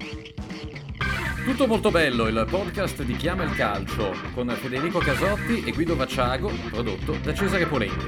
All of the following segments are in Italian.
Tutto molto bello, il podcast di Chiama il Calcio con Federico Casotti e Guido Vacciago, prodotto da Cesare Polenti.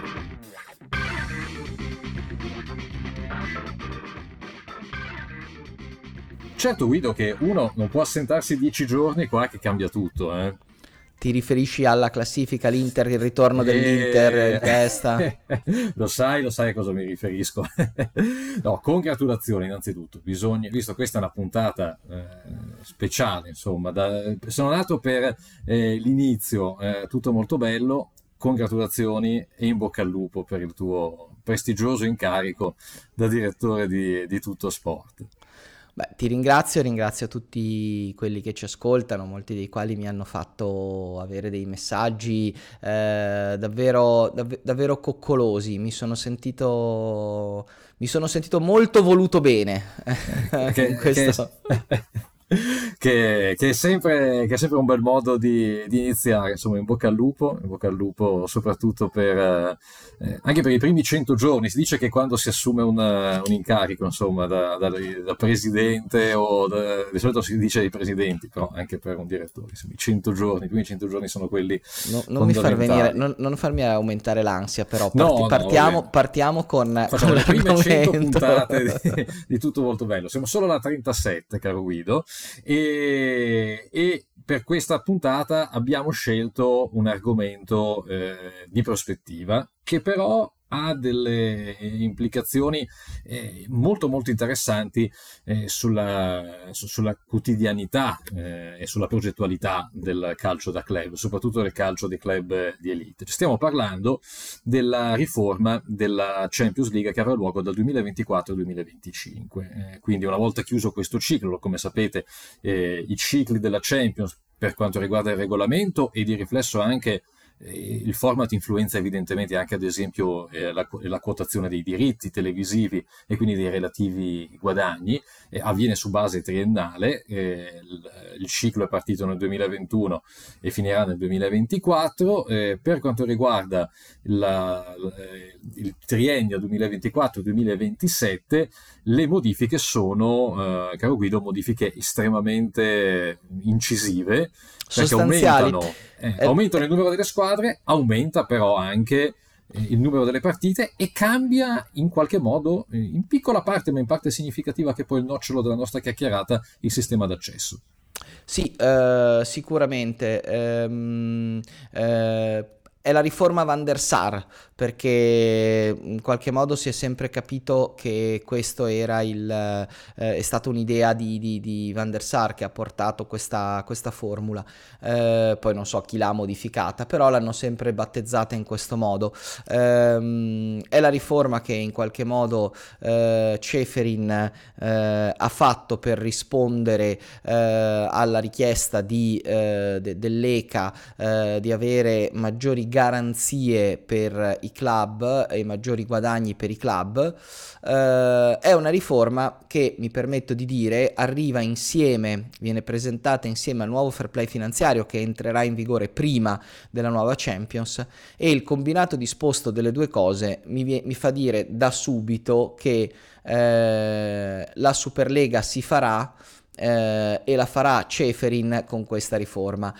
Certo, Guido, che uno non può assentarsi 10 giorni qua che cambia tutto, eh? Ti riferisci alla classifica, l'Inter, il ritorno dell'Inter in testa? Lo sai a cosa mi riferisco. No, congratulazioni innanzitutto. Bisogna, visto questa è una puntata speciale, insomma, sono nato per l'inizio, tutto molto bello. Congratulazioni e in bocca al lupo per il tuo prestigioso incarico da direttore di Tutto Sport. Beh, ringrazio tutti quelli che ci ascoltano, molti dei quali mi hanno fatto avere dei messaggi davvero coccolosi. Mi sono sentito molto voluto bene in questo. Che è sempre un bel modo di iniziare. Insomma, in bocca al lupo soprattutto per anche per i primi 100 giorni. Si dice che quando si assume un incarico, insomma, da presidente di solito si dice dei presidenti, però anche per un direttore, insomma, i primi 100 giorni sono quelli fondamentali. Non farmi aumentare l'ansia, però partiamo con facciamo le prime 100 l'argomento. puntate di Tutto Molto Bello. Siamo solo alla 37, caro Guido. E per questa puntata abbiamo scelto un argomento di prospettiva che però ha delle implicazioni molto molto interessanti sulla quotidianità e sulla progettualità del calcio da club, soprattutto del calcio dei club di elite. Stiamo parlando della riforma della Champions League che avrà luogo dal 2024 al 2025. Quindi una volta chiuso questo ciclo, come sapete, i cicli della Champions per quanto riguarda il regolamento e di riflesso anche il format influenza evidentemente anche ad esempio la quotazione dei diritti televisivi e quindi dei relativi guadagni, avviene su base triennale. Il ciclo è partito nel 2021 e finirà nel 2024. Per quanto riguarda il triennio 2024-2027, le modifiche sono, caro Guido, modifiche estremamente incisive, perché aumentano il numero delle squadre, aumenta però anche il numero delle partite e cambia in qualche modo, in piccola parte ma in parte significativa, che poi il nocciolo della nostra chiacchierata, il sistema d'accesso. Sì, sicuramente. È la riforma Van der Sar, perché in qualche modo si è sempre capito che questo era è stata un'idea di Van der Sar che ha portato questa formula. Poi non so chi l'ha modificata, però l'hanno sempre battezzata in questo modo. È la riforma che in qualche modo Ceferin ha fatto per rispondere alla richiesta dell'ECA di avere maggiori garanzie per i club e maggiori guadagni per i club. È una riforma che, mi permetto di dire, viene presentata insieme al nuovo fair play finanziario che entrerà in vigore prima della nuova Champions, e il combinato disposto delle due cose mi fa dire da subito che la Superlega si farà, e la farà Ceferin con questa riforma,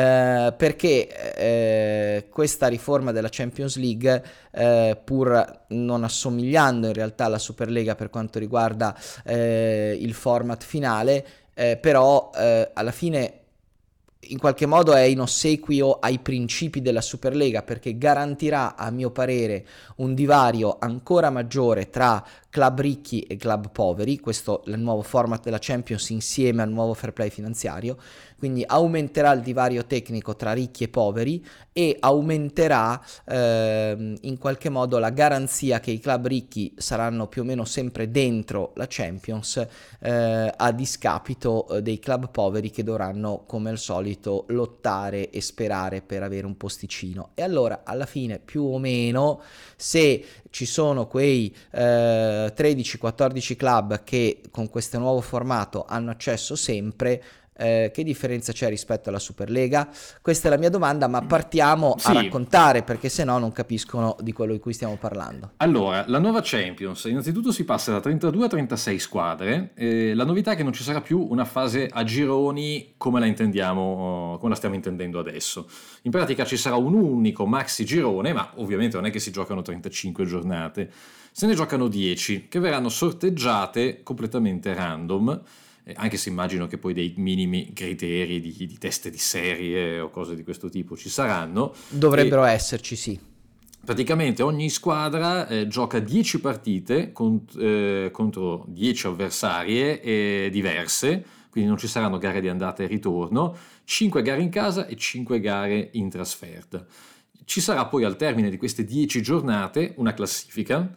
perché questa riforma della Champions League, pur non assomigliando in realtà alla Superlega per quanto riguarda il format finale, però alla fine in qualche modo è in ossequio ai principi della Superlega, perché garantirà, a mio parere, un divario ancora maggiore tra club ricchi e club poveri. Questo è il nuovo format della Champions insieme al nuovo fair play finanziario, quindi aumenterà il divario tecnico tra ricchi e poveri e aumenterà in qualche modo la garanzia che i club ricchi saranno più o meno sempre dentro la Champions, a discapito dei club poveri che dovranno, come al solito, lottare e sperare per avere un posticino. E allora alla fine, più o meno, se ci sono quei 13-14 club che con questo nuovo formato hanno accesso sempre, Che differenza c'è rispetto alla Superlega? Questa è la mia domanda, ma partiamo a Sì. raccontare, perché se no non capiscono di quello di cui stiamo parlando. Allora, la nuova Champions, innanzitutto si passa da 32 a 36 squadre. La novità è che non ci sarà più una fase a gironi come la intendiamo, come la stiamo intendendo adesso. In pratica ci sarà un unico maxi girone, ma ovviamente non è che si giocano 35 giornate, se ne giocano 10 che verranno sorteggiate completamente random. Anche se immagino che poi dei minimi criteri di teste di serie o cose di questo tipo ci saranno. Dovrebbero esserci, sì. Praticamente ogni squadra gioca 10 partite contro 10 avversarie diverse, quindi non ci saranno gare di andata e ritorno, 5 gare in casa e 5 gare in trasferta. Ci sarà poi al termine di queste 10 giornate una classifica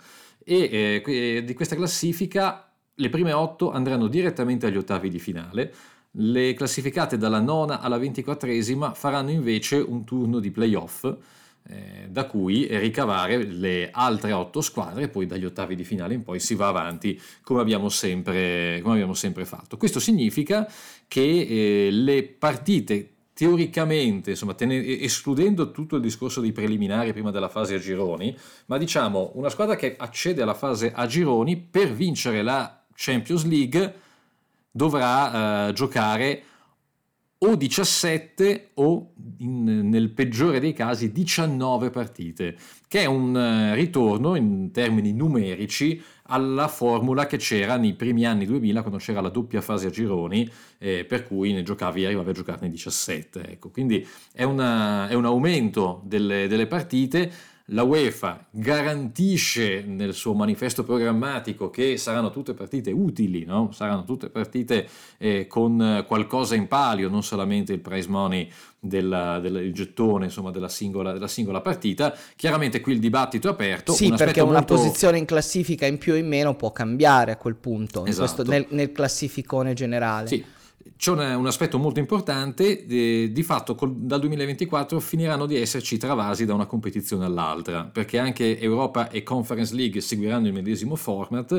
e di questa classifica le prime 8 andranno direttamente agli ottavi di finale. Le classificate dalla nona alla 24esima faranno invece un turno di playoff da cui ricavare le altre 8 squadre, poi dagli ottavi di finale in poi si va avanti come abbiamo sempre fatto. Questo significa che le partite teoricamente, insomma, escludendo tutto il discorso dei preliminari prima della fase a gironi, ma diciamo una squadra che accede alla fase a gironi per vincere la Champions League dovrà giocare o 17 o nel peggiore dei casi 19 partite, che è un ritorno in termini numerici alla formula che c'era nei primi anni 2000 quando c'era la doppia fase a gironi, per cui ne giocavi e arrivavi a giocarne 17. Ecco. Quindi è un aumento delle partite. La UEFA garantisce nel suo manifesto programmatico che saranno tutte partite utili, no? Saranno tutte partite con qualcosa in palio, non solamente il prize money il gettone, insomma, della singola partita. Chiaramente qui il dibattito è aperto. Sì, perché una posizione in classifica in più o in meno può cambiare a quel punto, esatto. nel classificone generale. Sì. C'è un aspetto molto importante, di fatto dal 2024 finiranno di esserci travasi da una competizione all'altra, perché anche Europa e Conference League seguiranno il medesimo format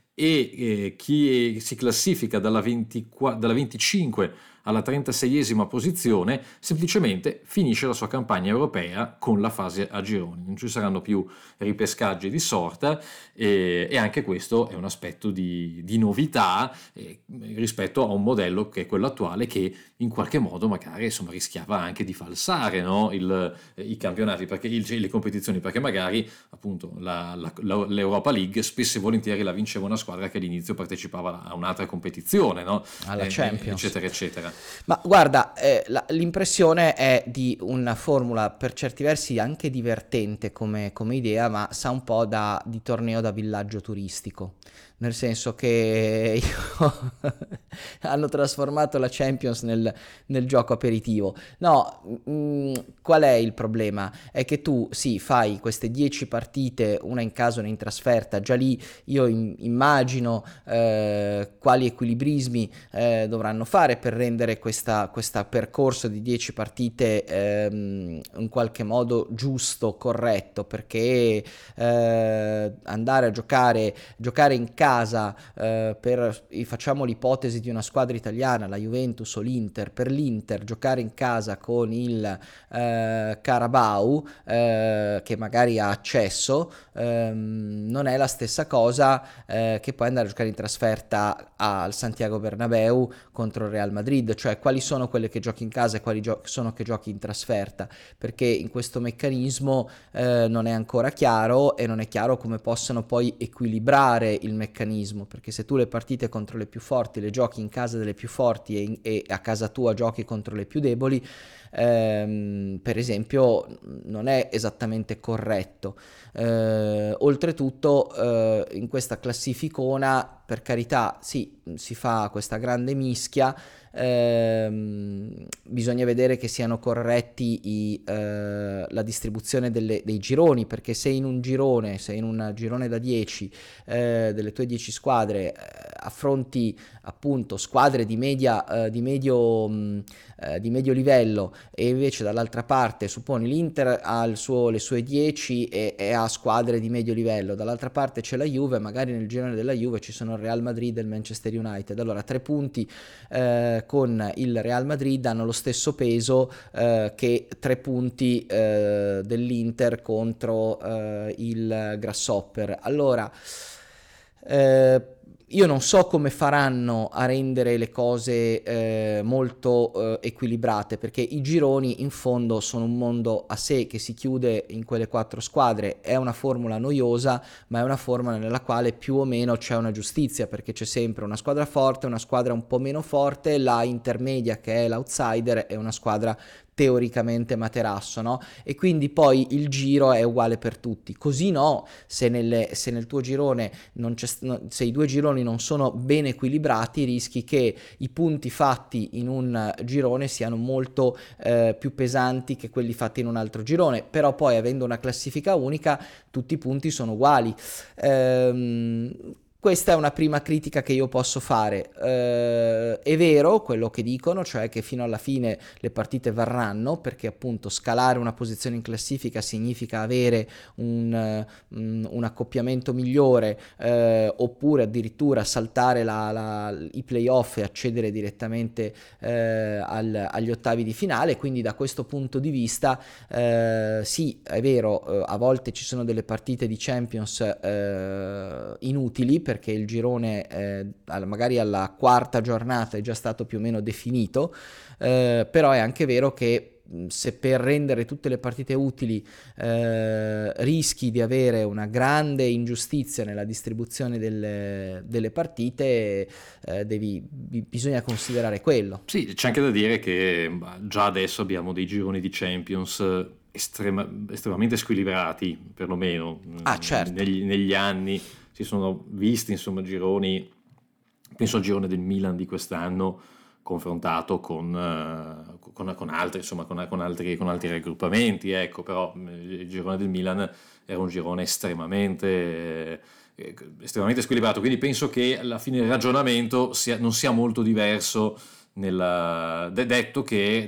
e chi si classifica dalla 25 alla 36esima posizione semplicemente finisce la sua campagna europea con la fase a gironi, non ci saranno più ripescaggi di sorta e anche questo è un aspetto di novità rispetto a un modello che è quello attuale, che in qualche modo magari insomma rischiava anche di falsare, no? I campionati, perché le competizioni, perché magari appunto l'Europa League spesso e volentieri la vinceva una squadra che all'inizio partecipava a un'altra competizione, no? Alla Champions, eccetera eccetera. Ma guarda, l'impressione è di una formula per certi versi anche divertente come idea, ma sa un po' di torneo da villaggio turistico, nel senso che hanno trasformato la Champions nel gioco aperitivo. No, qual è il problema? È che tu sì, fai queste 10 partite, una in casa, una in trasferta, già lì io immagino quali equilibrismi dovranno fare per rendere questa percorso di 10 partite in qualche modo giusto, corretto, perché andare a giocare in casa facciamo l'ipotesi di una squadra italiana, la Juventus o l'Inter, per l'Inter giocare in casa con il Carabao che magari ha accesso non è la stessa cosa che poi andare a giocare in trasferta al Santiago Bernabéu contro il Real Madrid, cioè quali sono quelle che giochi in casa e quali sono che giochi in trasferta, perché in questo meccanismo non è ancora chiaro, e non è chiaro come possano poi equilibrare il meccanismo, perché se tu le partite contro le più forti le giochi in casa delle più forti e a casa tua giochi contro le più deboli, per esempio non è esattamente corretto. Oltretutto in questa classificona, per carità, sì, si fa questa grande mischia, bisogna vedere che siano corretti la distribuzione dei gironi, perché se in un girone da 10 delle tue 10 squadre affronti appunto squadre di medio livello, e invece dall'altra parte supponi l'Inter ha le sue 10 e ha squadre di medio livello, dall'altra parte c'è la Juve, magari nel girone della Juve ci sono il il Real Madrid e il Manchester United. Allora 3 punti con il Real Madrid hanno lo stesso peso che 3 punti dell'Inter contro il Grasshopper. Allora io non so come faranno a rendere le cose molto equilibrate, perché i gironi in fondo sono un mondo a sé che si chiude in quelle 4 squadre. È una formula noiosa, ma è una formula nella quale più o meno c'è una giustizia, perché c'è sempre una squadra forte, una squadra un po' meno forte, la intermedia che è l'outsider è una squadra teoricamente materasso, no? E quindi poi il giro è uguale per tutti. Così no, se nel tuo girone se i 2 gironi non sono ben equilibrati, rischi che i punti fatti in un girone siano molto più pesanti che quelli fatti in un altro girone, però poi avendo una classifica unica tutti i punti sono uguali. Questa è una prima critica che io posso fare. È vero quello che dicono, cioè che fino alla fine le partite varranno, perché appunto scalare una posizione in classifica significa avere un accoppiamento migliore, oppure addirittura saltare i playoff e accedere direttamente agli ottavi di finale. Quindi da questo punto di vista sì, è vero, a volte ci sono delle partite di Champions inutili, perché il girone magari alla 4ª giornata è già stato più o meno definito, però è anche vero che se per rendere tutte le partite utili rischi di avere una grande ingiustizia nella distribuzione delle partite, bisogna considerare quello. Sì, c'è anche da dire che già adesso abbiamo dei gironi di Champions estremamente squilibrati, perlomeno. Certo. Negli anni si sono visti, insomma, gironi, penso al girone del Milan di quest'anno confrontato con altri, insomma, con altri raggruppamenti, ecco. Però il girone del Milan era un girone estremamente squilibrato, quindi penso che alla fine il ragionamento non sia molto diverso detto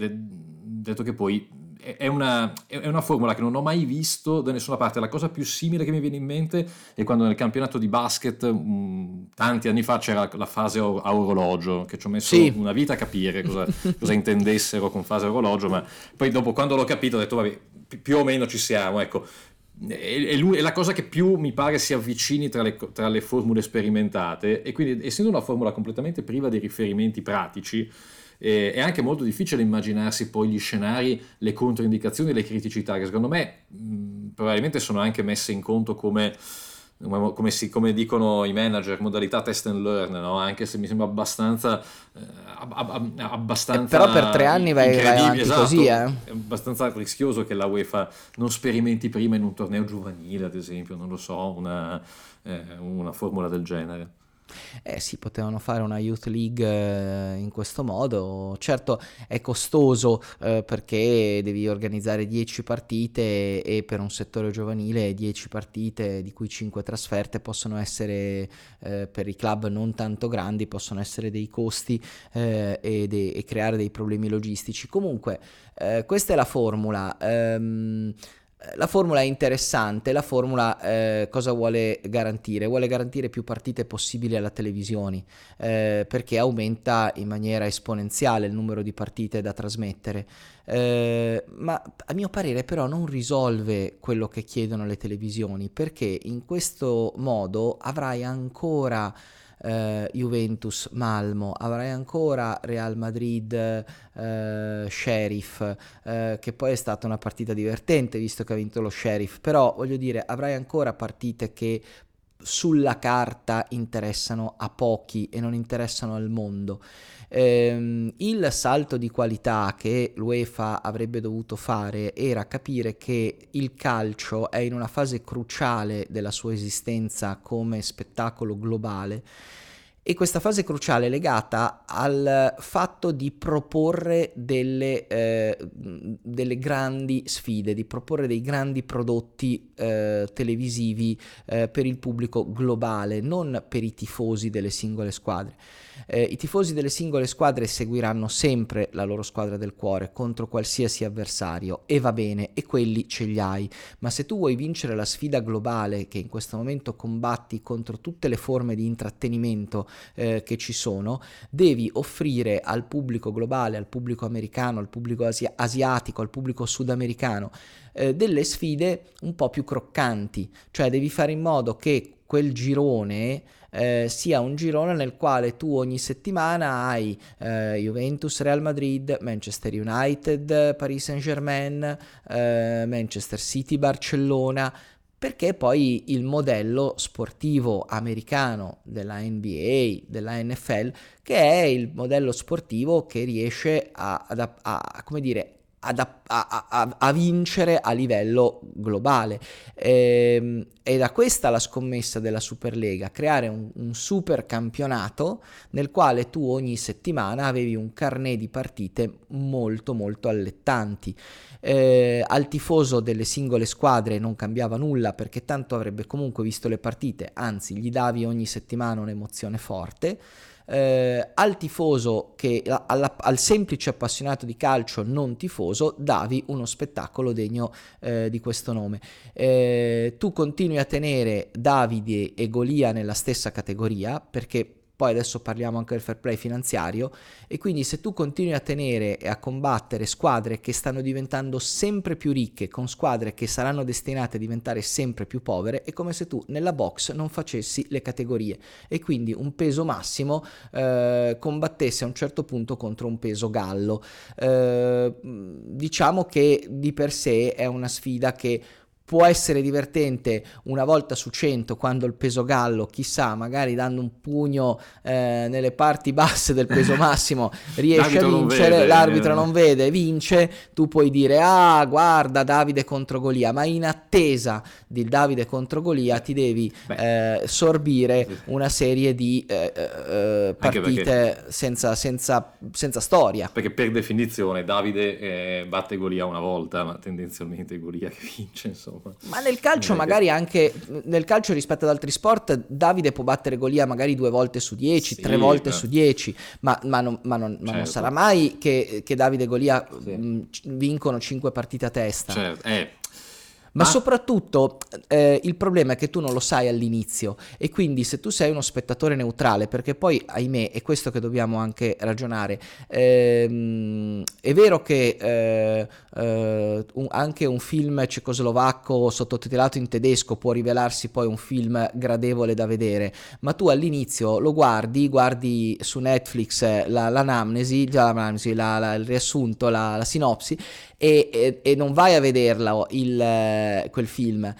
che poi è una formula che non ho mai visto da nessuna parte. La cosa più simile che mi viene in mente è quando nel campionato di basket tanti anni fa c'era la fase a orologio, che ci ho messo una vita a capire cosa intendessero con fase a orologio, ma poi dopo, quando l'ho capito, ho detto vabbè, più o meno ci siamo, ecco. È la cosa che più mi pare si avvicini tra le formule sperimentate, e quindi, essendo una formula completamente priva di riferimenti pratici, è anche molto difficile immaginarsi poi gli scenari, le controindicazioni e le criticità, che secondo me probabilmente sono anche messe in conto come dicono i manager, modalità test and learn, no? Anche se mi sembra abbastanza però per 3 anni vai avanti, esatto, così è abbastanza rischioso che la UEFA non sperimenti prima in un torneo giovanile, ad esempio, non lo so, una formula del genere. Sì, potevano fare una Youth League in questo modo. Certo è costoso perché devi organizzare 10 partite, e per un settore giovanile 10 partite, di cui 5 trasferte, possono essere per i club non tanto grandi, possono essere dei costi e creare dei problemi logistici. Comunque questa è la formula. La formula è interessante. La formula cosa vuole garantire? Vuole garantire più partite possibili alla televisione, perché aumenta in maniera esponenziale il numero di partite da trasmettere, ma a mio parere però non risolve quello che chiedono le televisioni, perché in questo modo avrai ancora Juventus Malmo, avrai ancora Real Madrid Sheriff, che poi è stata una partita divertente visto che ha vinto lo Sheriff, però voglio dire, avrai ancora partite che sulla carta interessano a pochi e non interessano al mondo. Il salto di qualità che l'UEFA avrebbe dovuto fare era capire che il calcio è in una fase cruciale della sua esistenza come spettacolo globale, E questa fase cruciale è legata al fatto di proporre delle grandi sfide, di proporre dei grandi prodotti televisivi per il pubblico globale, non per i tifosi delle singole squadre. I tifosi delle singole squadre seguiranno sempre la loro squadra del cuore contro qualsiasi avversario, e va bene, e quelli ce li hai, ma se tu vuoi vincere la sfida globale che in questo momento combatti contro tutte le forme di intrattenimento che ci sono, devi offrire al pubblico globale, al pubblico americano, al pubblico asiatico, al pubblico sudamericano delle sfide un po' più croccanti, cioè devi fare in modo che quel girone sia un girone nel quale tu ogni settimana hai Juventus, Real Madrid, Manchester United, Paris Saint-Germain, Manchester City, Barcellona, perché poi il modello sportivo americano della NBA, della NFL, che è il modello sportivo che riesce come dire, a vincere a livello globale. È da questa la scommessa della Superlega: creare un super campionato nel quale tu ogni settimana avevi un carnet di partite molto molto allettanti. Al tifoso delle singole squadre non cambiava nulla, perché tanto avrebbe comunque visto le partite, anzi gli davi ogni settimana un'emozione forte. Al tifoso al semplice appassionato di calcio non tifoso davi uno spettacolo degno di questo nome. Tu continui a tenere Davide e Golia nella stessa categoria, perché poi adesso parliamo anche del fair play finanziario, e quindi se tu continui a tenere e a combattere squadre che stanno diventando sempre più ricche con squadre che saranno destinate a diventare sempre più povere, è come se tu nella box non facessi le categorie e quindi un peso massimo combattesse a un certo punto contro un peso gallo. Diciamo che di per sé è una sfida che può essere divertente una volta su 100, quando il peso gallo, chissà, magari dando un pugno nelle parti basse del peso massimo riesce a vincere, l'arbitro non vede, vince, tu puoi dire ah guarda Davide contro Golia, ma in attesa del Davide contro Golia ti devi sorbire una serie di partite senza storia, perché per definizione Davide batte Golia una volta, ma tendenzialmente Golia che vince, insomma. Ma nel calcio magari anche nel calcio rispetto ad altri sport Davide può battere Golia magari 2 volte su 10, 3 volte su 10, ma non sarà mai che Davide e Golia vincono 5 partite a testa. Certo. Ma soprattutto il problema è che tu non lo sai all'inizio, e quindi se tu sei uno spettatore neutrale, perché poi ahimè è questo che dobbiamo anche ragionare, è vero che anche un film cecoslovacco sottotitolato in tedesco può rivelarsi poi un film gradevole da vedere, ma tu all'inizio lo guardi su Netflix l'anamnesi, il riassunto, la sinopsi, e non vai a vederla quel film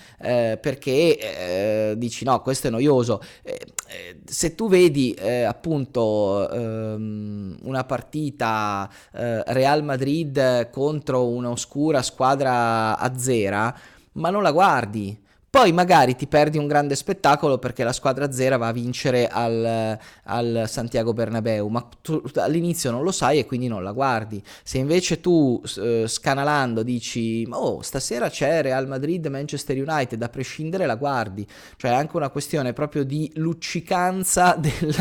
perché dici no, questo è noioso. Se tu vedi appunto una partita Real Madrid contro un'oscura squadra azzera, ma non la guardi. Poi magari ti perdi un grande spettacolo perché la squadra azzera va a vincere al Santiago Bernabéu, ma tu all'inizio non lo sai e quindi non la guardi. Se invece tu scanalando dici oh stasera c'è Real Madrid Manchester United, a prescindere la guardi. Cioè è anche una questione proprio di luccicanza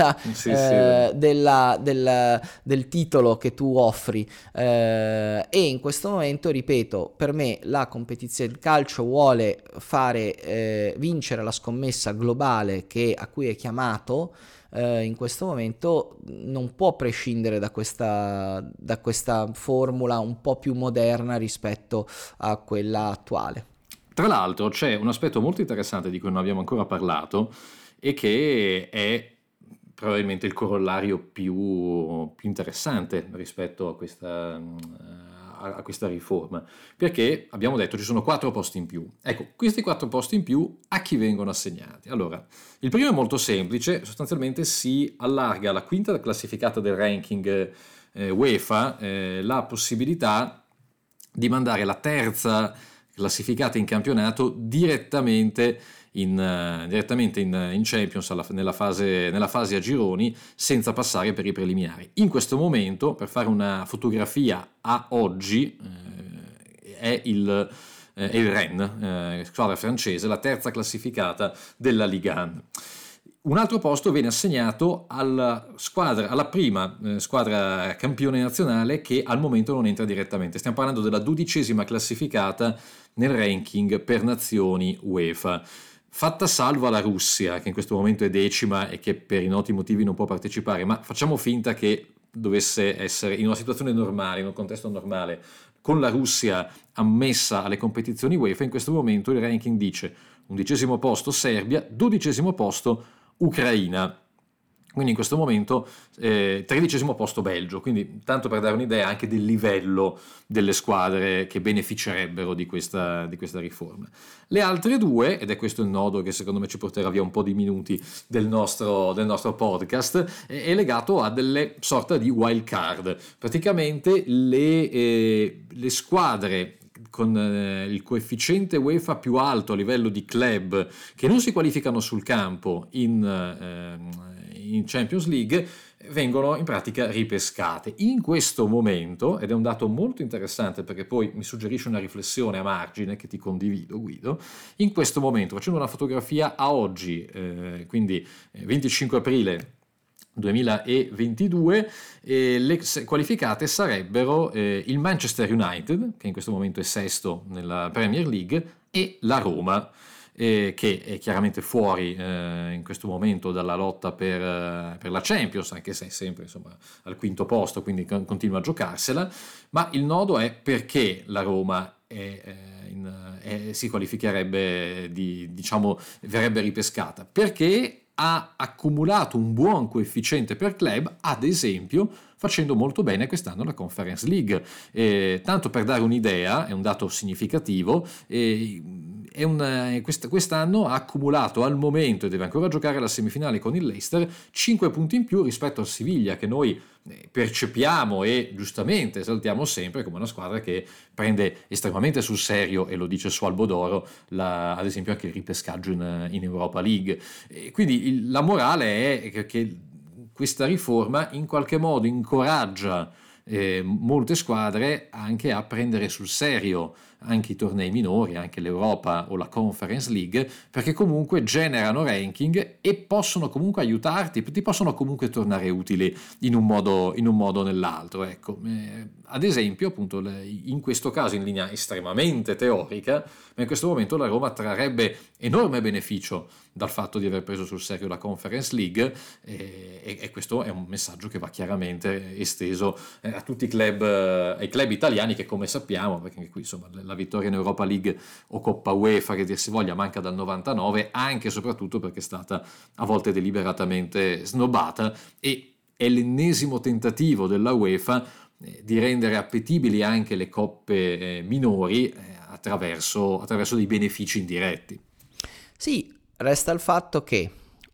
del titolo che tu offri, e in questo momento, ripeto, per me la competizione, il calcio vuole fare vincere la scommessa globale a cui è chiamato. In questo momento non può prescindere da questa formula un po' più moderna rispetto a quella attuale. Tra l'altro c'è un aspetto molto interessante di cui non abbiamo ancora parlato e che è probabilmente il corollario più interessante rispetto a questa riforma, perché abbiamo detto ci sono 4 posti in più. Ecco, questi 4 posti in più a chi vengono assegnati? Allora, il primo è molto semplice, sostanzialmente si allarga alla quinta classificata del ranking UEFA la possibilità di mandare la terza classificate in campionato direttamente in Champions nella fase a gironi, senza passare per i preliminari. In questo momento, per fare una fotografia a oggi, è il Rennes, squadra francese, la terza classificata della Ligue 1. Un altro posto viene assegnato alla prima squadra campione nazionale, che al momento non entra direttamente. Stiamo parlando della 12ª classificata nel ranking per nazioni UEFA. Fatta salva la Russia, che in questo momento è 10ª e che per i noti motivi non può partecipare, ma facciamo finta che dovesse essere in una situazione normale, in un contesto normale, con la Russia ammessa alle competizioni UEFA, in questo momento il ranking dice 11° posto Serbia, 12° posto Ucraina, quindi in questo momento 13° posto Belgio, quindi tanto per dare un'idea anche del livello delle squadre che beneficerebbero di questa riforma. Le altre due, ed è questo il nodo che secondo me ci porterà via un po' di minuti del nostro podcast, è legato a delle sorta di wild card. Praticamente le squadre con il coefficiente UEFA più alto a livello di club, che non si qualificano sul campo in Champions League, vengono in pratica ripescate. In questo momento, ed è un dato molto interessante perché poi mi suggerisce una riflessione a margine che ti condivido, Guido, in questo momento, facendo una fotografia a oggi, quindi 25 aprile 2022, le qualificate sarebbero il Manchester United, che in questo momento è sesto nella Premier League, e la Roma, che è chiaramente fuori in questo momento dalla lotta per la Champions, anche se è sempre al quinto posto, quindi continua a giocarsela. Ma il nodo è perché la Roma si qualificherebbe, verrebbe ripescata, perché ha accumulato un buon coefficiente per club, ad esempio facendo molto bene quest'anno la Conference League. Tanto per dare un'idea, è un dato significativo, quest'anno ha accumulato al momento, e deve ancora giocare la semifinale con il Leicester, 5 punti in più rispetto al Siviglia, che noi percepiamo e giustamente esaltiamo sempre come una squadra che prende estremamente sul serio, e lo dice su Albo d'Oro, ad esempio anche il ripescaggio in Europa League. Quindi la morale è che questa riforma in qualche modo incoraggia molte squadre anche a prendere sul serio anche i tornei minori, anche l'Europa o la Conference League, perché comunque generano ranking e possono comunque aiutarti, ti possono comunque tornare utili in un modo o nell'altro. Ecco, ad esempio, appunto, in questo caso in linea estremamente teorica, ma in questo momento la Roma trarrebbe enorme beneficio dal fatto di aver preso sul serio la Conference League, e questo è un messaggio che va chiaramente esteso a tutti i club, ai club italiani, che come sappiamo, perché anche qui la vittoria in Europa League o Coppa UEFA, che dir si voglia, manca dal 99, anche e soprattutto perché è stata a volte deliberatamente snobbata, e è l'ennesimo tentativo della UEFA di rendere appetibili anche le coppe minori attraverso dei benefici indiretti. Sì, resta il fatto che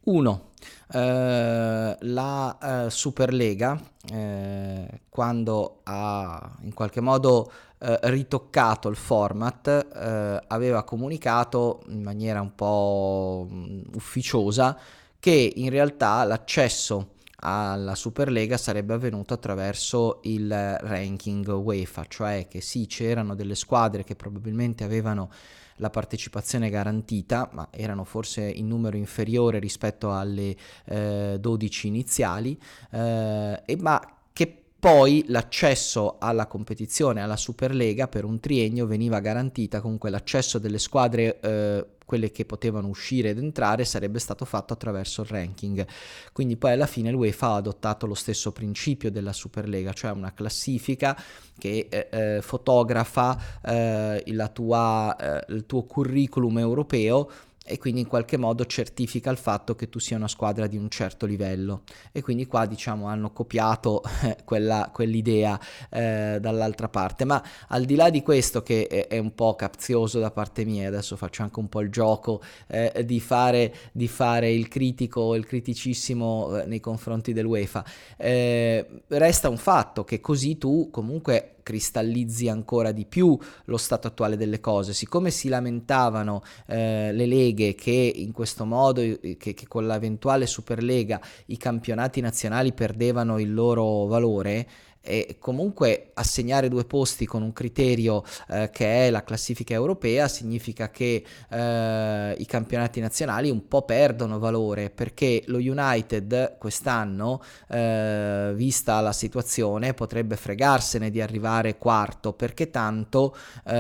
la Superlega, quando ha in qualche modo ritoccato il format, aveva comunicato in maniera un po' ufficiosa che in realtà l'accesso alla Superlega sarebbe avvenuto attraverso il ranking UEFA, cioè che sì, c'erano delle squadre che probabilmente avevano la partecipazione garantita, ma erano forse in numero inferiore rispetto alle 12 iniziali, ma che poi l'accesso alla competizione, alla Superlega per un triennio veniva garantita, comunque l'accesso delle squadre, quelle che potevano uscire ed entrare, sarebbe stato fatto attraverso il ranking. Quindi poi alla fine l'UEFA ha adottato lo stesso principio della Superlega, cioè una classifica che fotografa il tuo curriculum europeo, e quindi in qualche modo certifica il fatto che tu sia una squadra di un certo livello. E quindi qua hanno copiato quell'idea dall'altra parte. Ma al di là di questo, che è un po' capzioso da parte mia, adesso faccio anche un po' il gioco di fare il critico, il criticissimo nei confronti dell'UEFA, resta un fatto che così tu comunque cristallizzi ancora di più lo stato attuale delle cose. Siccome si lamentavano le leghe che in questo modo, che con l'eventuale Superlega i campionati nazionali perdevano il loro valore, e comunque assegnare 2 posti con un criterio che è la classifica europea significa che i campionati nazionali un po' perdono valore, perché lo United quest'anno, vista la situazione, potrebbe fregarsene di arrivare quarto, perché tanto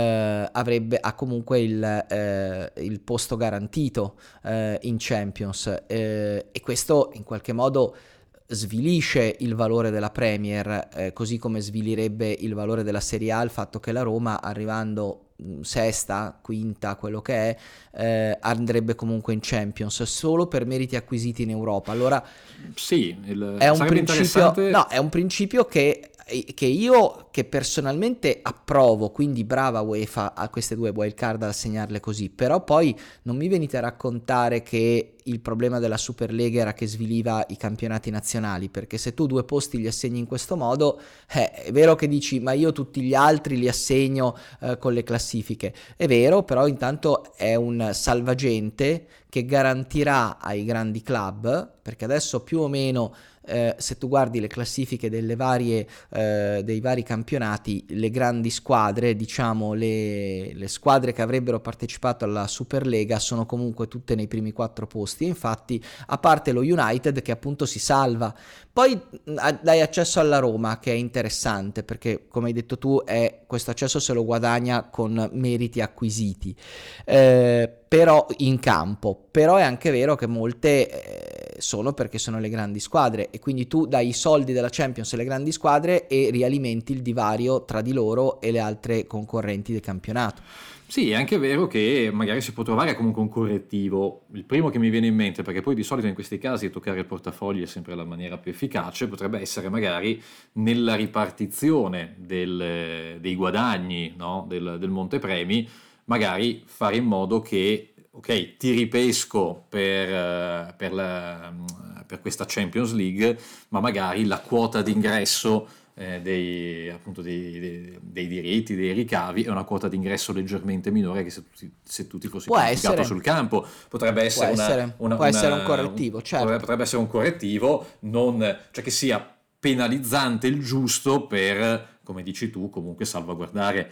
ha comunque il posto garantito in Champions, e questo in qualche modo svilisce il valore della Premier, così come svilirebbe il valore della Serie A il fatto che la Roma, arrivando sesta, quinta, quello che è, andrebbe comunque in Champions solo per meriti acquisiti in Europa. Allora sì, è un sarebbe principio, interessante. no, è un principio che io che personalmente approvo, quindi brava UEFA a queste 2 wildcard a assegnarle così, però poi non mi venite a raccontare che il problema della Superlega era che sviliva i campionati nazionali, perché se tu 2 posti li assegni in questo modo, è vero che dici ma io tutti gli altri li assegno con le classifiche, è vero, però intanto è un salvagente che garantirà ai grandi club, perché adesso più o meno se tu guardi le classifiche dei vari campionati, le grandi squadre, diciamo le squadre che avrebbero partecipato alla Superlega sono comunque tutte nei primi 4 posti, e infatti a parte lo United che appunto si salva, poi dai accesso alla Roma, che è interessante perché come hai detto tu questo accesso se lo guadagna con meriti acquisiti, però in campo, però è anche vero che molte sono perché sono le grandi squadre, e quindi tu dai i soldi della Champions alle grandi squadre e rialimenti il divario tra di loro e le altre concorrenti del campionato. Sì, è anche vero che magari si può trovare comunque un correttivo. Il primo che mi viene in mente, perché poi di solito in questi casi toccare il portafogli è sempre la maniera più efficace, potrebbe essere magari nella ripartizione dei guadagni, no? del montepremi, magari fare in modo che, ok, ti ripesco per questa Champions League, ma magari la quota d'ingresso appunto dei diritti, dei ricavi, è una quota d'ingresso leggermente minore che se tu ti fossi Può qualificato essere, sul campo. Potrebbe può essere essere, può essere un correttivo, certo. potrebbe essere un correttivo, cioè che sia penalizzante il giusto per, come dici tu, comunque salvaguardare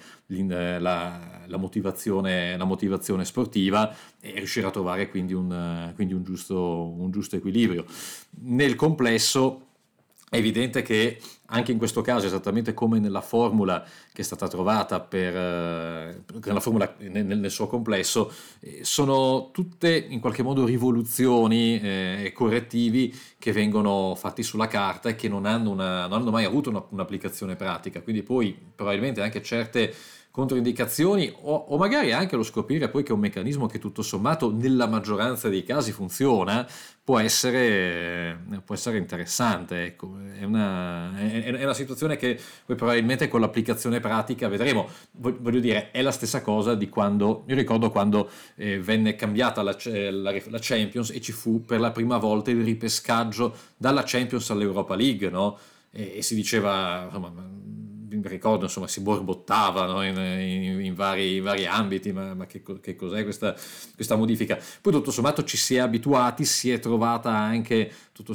la motivazione sportiva e riuscire a trovare quindi un giusto equilibrio. Nel complesso è evidente che anche in questo caso, esattamente come nella formula che è stata trovata nella formula nel suo complesso, sono tutte in qualche modo rivoluzioni e correttivi che vengono fatti sulla carta e che non hanno mai avuto un'applicazione pratica. Quindi poi probabilmente anche certe controindicazioni o magari anche lo scoprire poi che è un meccanismo che tutto sommato nella maggioranza dei casi funziona, può essere interessante, ecco. È una situazione che poi probabilmente con l'applicazione pratica vedremo. Voglio dire, è la stessa cosa di quando, io ricordo quando venne cambiata la Champions e ci fu per la prima volta il ripescaggio dalla Champions all'Europa League, no? E si diceva, insomma, mi ricordo, insomma, si borbottava, no? in vari ambiti, ma che cos'è questa modifica? Poi tutto sommato ci si è abituati, si è trovato anche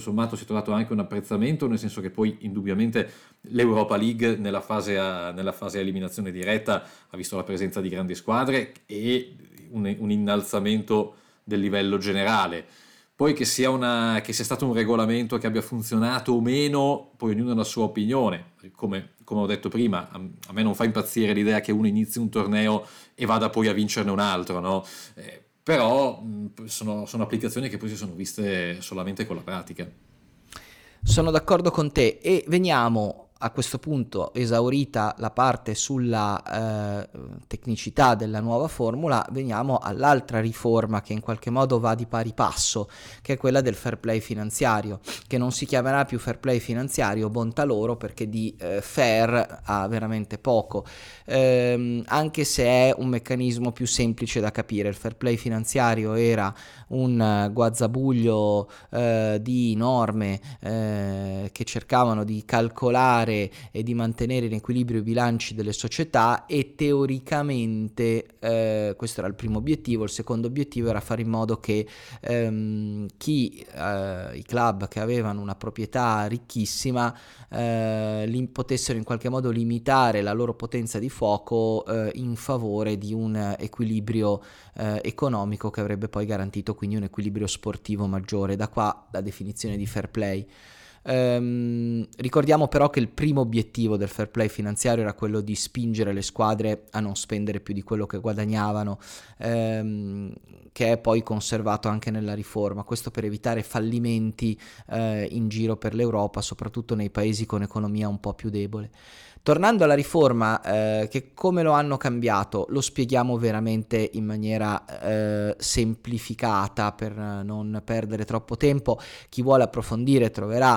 un apprezzamento, nel senso che poi indubbiamente l'Europa League nella fase a eliminazione diretta ha visto la presenza di grandi squadre e un innalzamento del livello generale. Poi che sia stato un regolamento che abbia funzionato o meno, poi ognuno ha la sua opinione. Come ho detto prima, a me non fa impazzire l'idea che uno inizi un torneo e vada poi a vincerne un altro, no? Però sono applicazioni che poi si sono viste solamente con la pratica. Sono d'accordo con te, e veniamo a questo punto, esaurita la parte sulla tecnicità della nuova formula, veniamo all'altra riforma che in qualche modo va di pari passo, che è quella del fair play finanziario, che non si chiamerà più fair play finanziario, bontà loro, perché di fair ha veramente poco, anche se è un meccanismo più semplice da capire. Il fair play finanziario era un guazzabuglio di norme che cercavano di calcolare rimediare e di mantenere in equilibrio i bilanci delle società, e teoricamente questo era il primo obiettivo. Il secondo obiettivo era fare in modo che i club che avevano una proprietà ricchissima potessero in qualche modo limitare la loro potenza di fuoco in favore di un equilibrio economico che avrebbe poi garantito quindi un equilibrio sportivo maggiore. Da qua la definizione di fair play. Ricordiamo però che il primo obiettivo del fair play finanziario era quello di spingere le squadre a non spendere più di quello che guadagnavano, che è poi conservato anche nella riforma, questo per evitare fallimenti in giro per l'Europa, soprattutto nei paesi con economia un po' più debole. Tornando alla riforma, che come lo hanno cambiato, lo spieghiamo veramente in maniera semplificata per non perdere troppo tempo. Chi vuole approfondire troverà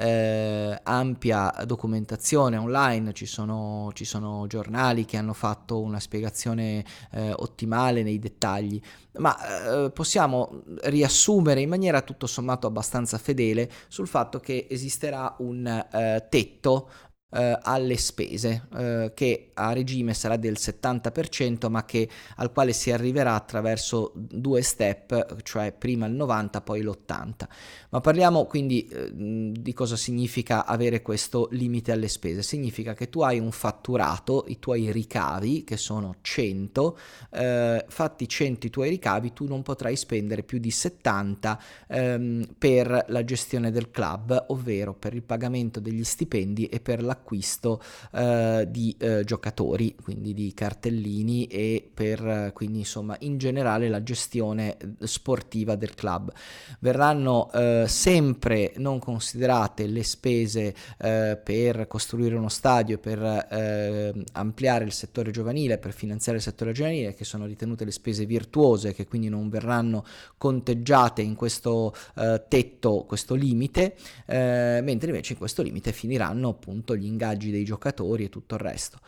ampia documentazione online, ci sono giornali che hanno fatto una spiegazione ottimale nei dettagli, ma possiamo riassumere in maniera tutto sommato abbastanza fedele sul fatto che esisterà un tetto alle spese che a regime sarà del 70%, ma al quale si arriverà attraverso due step, cioè prima il 90 poi l'80. Ma parliamo quindi di cosa significa avere questo limite alle spese. Significa che tu hai un fatturato, i tuoi ricavi che sono 100, fatti 100 i tuoi ricavi, tu non potrai spendere più di 70 per la gestione del club, ovvero per il pagamento degli stipendi e per l'acquisto di giocatori, quindi di cartellini, e per quindi insomma in generale la gestione sportiva del club. Verranno sempre non considerate le spese per costruire uno stadio, per ampliare il settore giovanile, per finanziare il settore giovanile, che sono ritenute le spese virtuose, che quindi non verranno conteggiate in questo tetto, questo limite, mentre invece in questo limite finiranno appunto gli ingaggi dei giocatori e tutto il resto.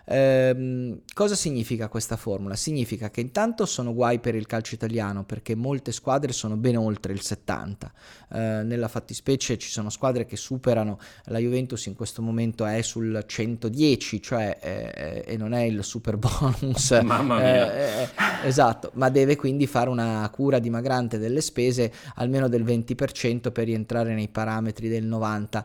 Cosa significa questa formula? Significa che intanto sono guai per il calcio italiano, perché molte squadre sono ben oltre il 70, nella fattispecie ci sono squadre che superano, la Juventus in questo momento è sul 110, cioè e non è il super bonus, mamma mia, esatto, ma deve quindi fare una cura dimagrante delle spese almeno del 20% per rientrare nei parametri del 90,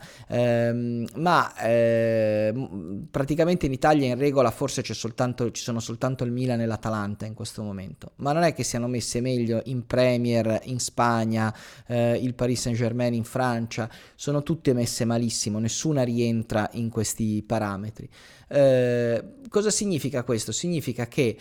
ma praticamente in Italia in regola forse ci sono soltanto il Milan e l'Atalanta in questo momento, ma non è che siano messe meglio in Premier in Spagna, il Paris Saint-Germain in Francia, sono tutte messe malissimo, nessuna rientra in questi parametri. Cosa significa questo? Significa che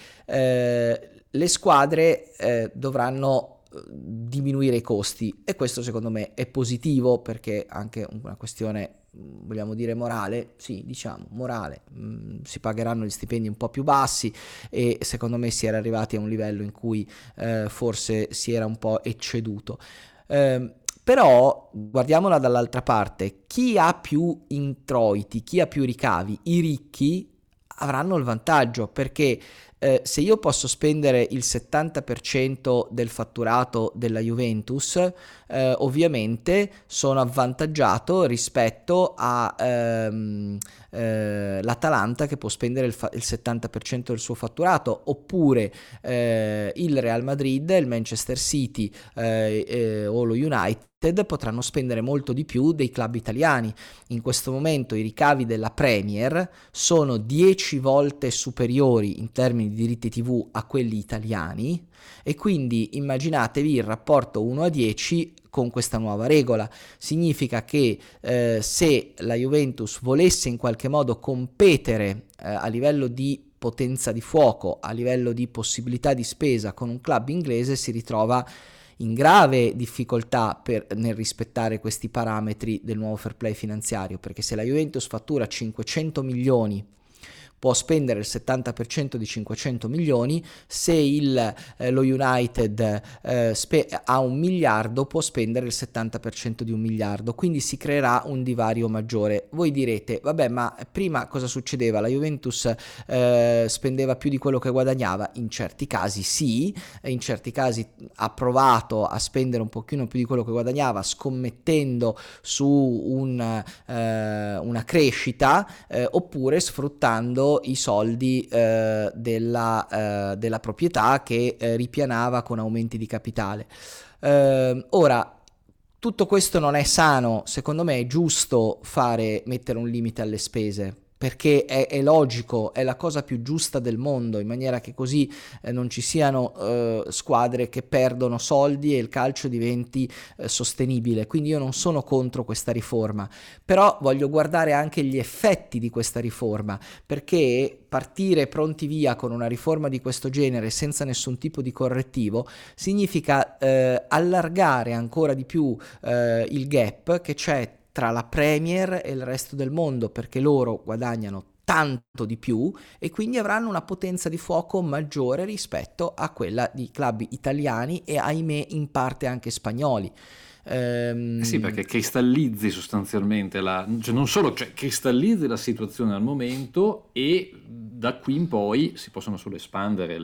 le squadre dovranno diminuire i costi, e questo secondo me è positivo, perché anche una questione, vogliamo dire morale, sì, diciamo morale, si pagheranno gli stipendi un po' più bassi, e secondo me si era arrivati a un livello in cui forse si era un po' ecceduto. Però guardiamola dall'altra parte, chi ha più introiti, chi ha più ricavi, i ricchi avranno il vantaggio, perché se io posso spendere il 70% del fatturato della Juventus, ovviamente sono avvantaggiato rispetto a l'Atalanta, che può spendere il 70% del suo fatturato, oppure il Real Madrid, il Manchester City o lo United potranno spendere molto di più dei club italiani. In questo momento i ricavi della Premier sono 10 volte superiori in termini di diritti TV a quelli italiani, e quindi immaginatevi il rapporto 1 a 10 con questa nuova regola. Significa che se la Juventus volesse in qualche modo competere a livello di potenza di fuoco, a livello di possibilità di spesa con un club inglese, si ritrova in grave difficoltà nel rispettare questi parametri del nuovo fair play finanziario, perché se la Juventus fattura 500 milioni può spendere il 70% di 500 milioni, se lo United ha 1 miliardo può spendere il 70% di 1 miliardo, quindi si creerà un divario maggiore. Voi direte, vabbè, ma prima cosa succedeva? La Juventus spendeva più di quello che guadagnava? In certi casi sì, in certi casi ha provato a spendere un pochino più di quello che guadagnava, scommettendo su una crescita, oppure sfruttando i soldi della proprietà che ripianava con aumenti di capitale. Ora, tutto questo non è sano, secondo me è giusto mettere un limite alle spese, perché è logico, è la cosa più giusta del mondo, in maniera che così non ci siano squadre che perdono soldi e il calcio diventi sostenibile. Quindi io non sono contro questa riforma, però voglio guardare anche gli effetti di questa riforma, perché partire pronti via con una riforma di questo genere senza nessun tipo di correttivo significa allargare ancora di più il gap che c'è tra la Premier e il resto del mondo, perché loro guadagnano tanto di più e quindi avranno una potenza di fuoco maggiore rispetto a quella di club italiani e, ahimè, in parte anche spagnoli. Sì, perché cristallizzi sostanzialmente cioè non solo, cioè cristallizzi la situazione al momento, e da qui in poi si possono solo espandere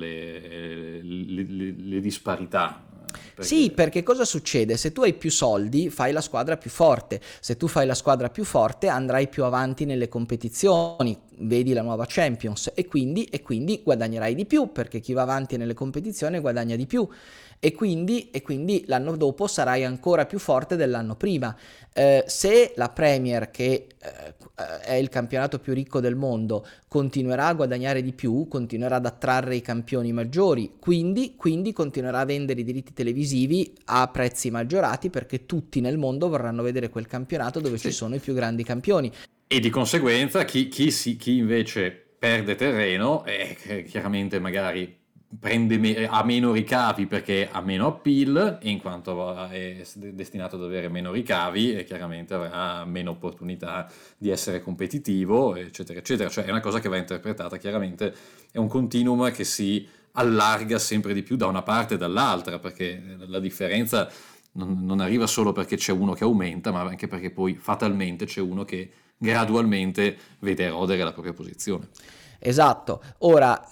le disparità. Sì, perché cosa succede? Se tu hai più soldi, fai la squadra più forte. Se tu fai la squadra più forte, andrai più avanti nelle competizioni. Vedi la nuova Champions e quindi guadagnerai di più, perché chi va avanti nelle competizioni guadagna di più. E quindi l'anno dopo sarai ancora più forte dell'anno prima. Se la Premier, che è il campionato più ricco del mondo, continuerà a guadagnare di più, continuerà ad attrarre i campioni maggiori, quindi continuerà a vendere i diritti televisivi a prezzi maggiorati, perché tutti nel mondo vorranno vedere quel campionato dove ci sono i più grandi campioni. E di conseguenza chi invece perde terreno, chiaramente magari ha meno ricavi perché ha meno appeal, e in quanto è destinato ad avere meno ricavi, e chiaramente avrà meno opportunità di essere competitivo, eccetera, eccetera. Cioè è una cosa che va interpretata chiaramente, è un continuum che si allarga sempre di più da una parte e dall'altra, perché la differenza non arriva solo perché c'è uno che aumenta, ma anche perché poi fatalmente c'è uno che gradualmente vede erodere la propria posizione. Esatto. Ora,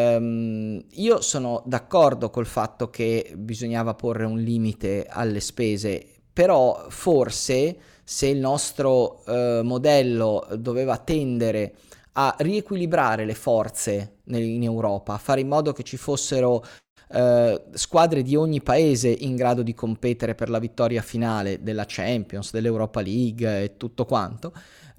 io sono d'accordo col fatto che bisognava porre un limite alle spese, però forse se il nostro modello doveva tendere a riequilibrare le forze in Europa, a fare in modo che ci fossero squadre di ogni paese in grado di competere per la vittoria finale della Champions, dell'Europa League e tutto quanto,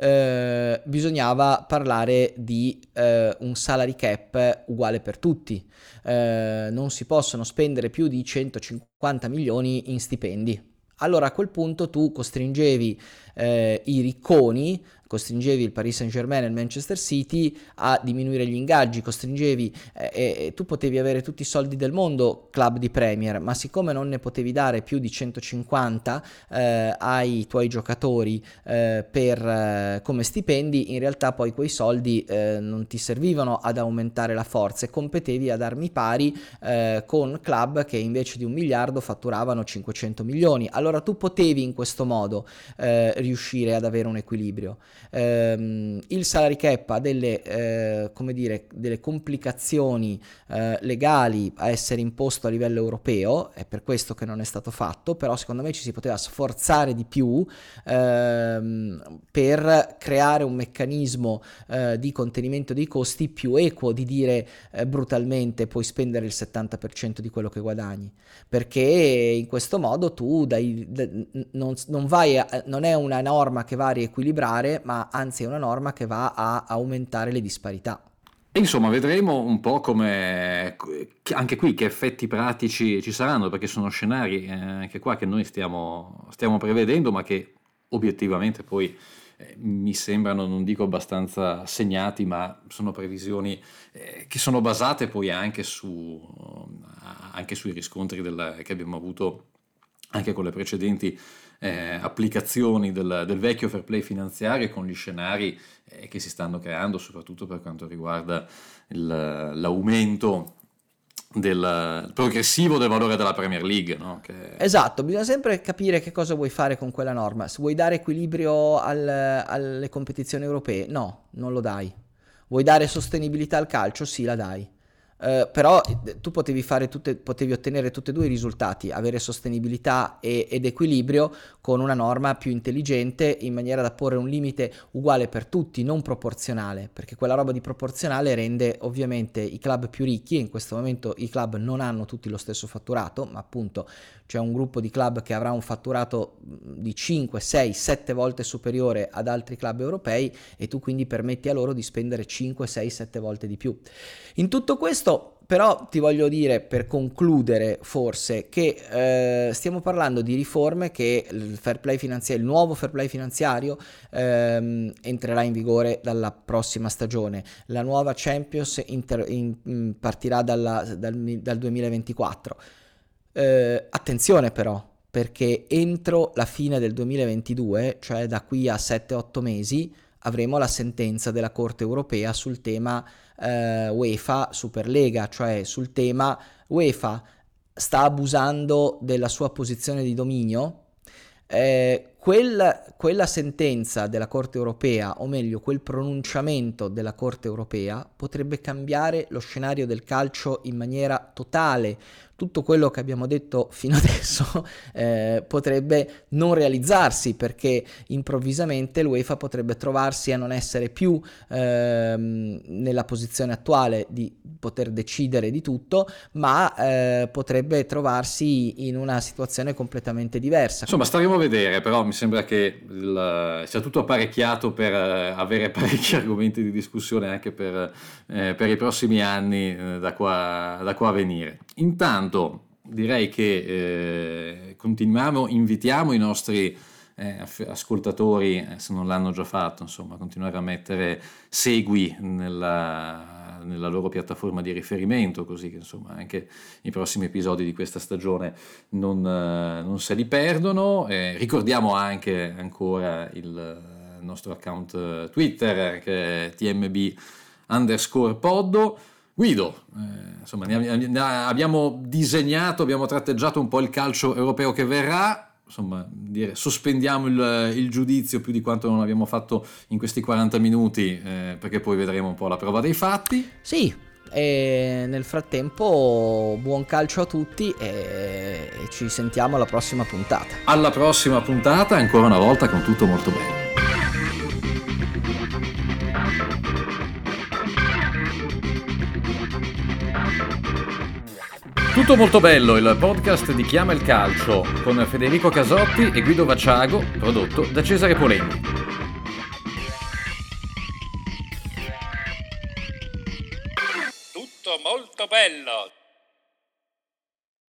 bisognava parlare di un salary cap uguale per tutti. Non si possono spendere più di 150 milioni in stipendi. Allora a quel punto tu costringevi i ricconi, costringevi il Paris Saint-Germain e il Manchester City a diminuire gli ingaggi, tu potevi avere tutti i soldi del mondo, club di Premier, ma siccome non ne potevi dare più di 150 ai tuoi giocatori come stipendi, in realtà poi quei soldi non ti servivano ad aumentare la forza, e competevi ad armi pari con club che invece di 1 miliardo fatturavano 500 milioni. Allora tu potevi in questo modo riuscire ad avere un equilibrio. Il salary cap ha delle complicazioni legali a essere imposto a livello europeo, è per questo che non è stato fatto, però secondo me ci si poteva sforzare di più per creare un meccanismo di contenimento dei costi più equo, di dire brutalmente puoi spendere il 70% di quello che guadagni, perché in questo modo tu non è una norma che va a riequilibrare, ma anzi è una norma che va a aumentare le disparità. E insomma, vedremo un po' come anche qui che effetti pratici ci saranno, perché sono scenari anche qua che noi stiamo prevedendo, ma che obiettivamente poi mi sembrano, non dico abbastanza segnati, ma sono previsioni che sono basate poi anche sui riscontri che abbiamo avuto anche con le precedenti applicazioni del vecchio fair play finanziario, con gli scenari che si stanno creando, soprattutto per quanto riguarda l'aumento del progressivo del valore della Premier League, no? Esatto, bisogna sempre capire che cosa vuoi fare con quella norma. Se vuoi dare equilibrio alle competizioni europee, no, non lo dai. Vuoi dare sostenibilità al calcio? Sì, la dai. Però tu potevi ottenere tutti e due i risultati, avere sostenibilità ed equilibrio con una norma più intelligente, in maniera da porre un limite uguale per tutti, non proporzionale, perché quella roba di proporzionale rende ovviamente i club più ricchi, e in questo momento i club non hanno tutti lo stesso fatturato, ma appunto c'è un gruppo di club che avrà un fatturato di 5, 6, 7 volte superiore ad altri club europei, e tu quindi permetti a loro di spendere 5, 6, 7 volte di più. In tutto questo però ti voglio dire, per concludere forse, che stiamo parlando di riforme che il nuovo fair play finanziario entrerà in vigore dalla prossima stagione. La nuova Champions partirà dal 2024. Attenzione però, perché entro la fine del 2022, cioè da qui a 7-8 mesi, avremo la sentenza della Corte europea sul tema UEFA Superlega, cioè sul tema UEFA sta abusando della sua posizione di dominio. Quella sentenza della Corte europea, o meglio quel pronunciamento della Corte europea, potrebbe cambiare lo scenario del calcio in maniera totale. Tutto quello che abbiamo detto fino adesso potrebbe non realizzarsi, perché improvvisamente l'UEFA potrebbe trovarsi a non essere più nella posizione attuale di poter decidere di tutto, ma potrebbe trovarsi in una situazione completamente diversa. Insomma, staremo a vedere, però mi sembra che sia tutto apparecchiato per avere parecchi argomenti di discussione anche per i prossimi anni da qua a venire. Intanto direi che invitiamo i nostri ascoltatori, se non l'hanno già fatto, insomma, a continuare a mettere segui nella loro piattaforma di riferimento, così che insomma anche i prossimi episodi di questa stagione non se li perdono. Ricordiamo anche ancora il nostro account Twitter, che è tmb_poddo. Guido, insomma, abbiamo tratteggiato un po' il calcio europeo che verrà. Insomma, sospendiamo il giudizio più di quanto non abbiamo fatto in questi 40 minuti, perché poi vedremo un po' la prova dei fatti. Sì, e nel frattempo buon calcio a tutti e ci sentiamo alla prossima puntata. Alla prossima puntata, ancora una volta con tutto molto bello. Tutto molto bello, il podcast di Chiama il Calcio, con Federico Casotti e Guido Vacciago, prodotto da Cesare Polenghi.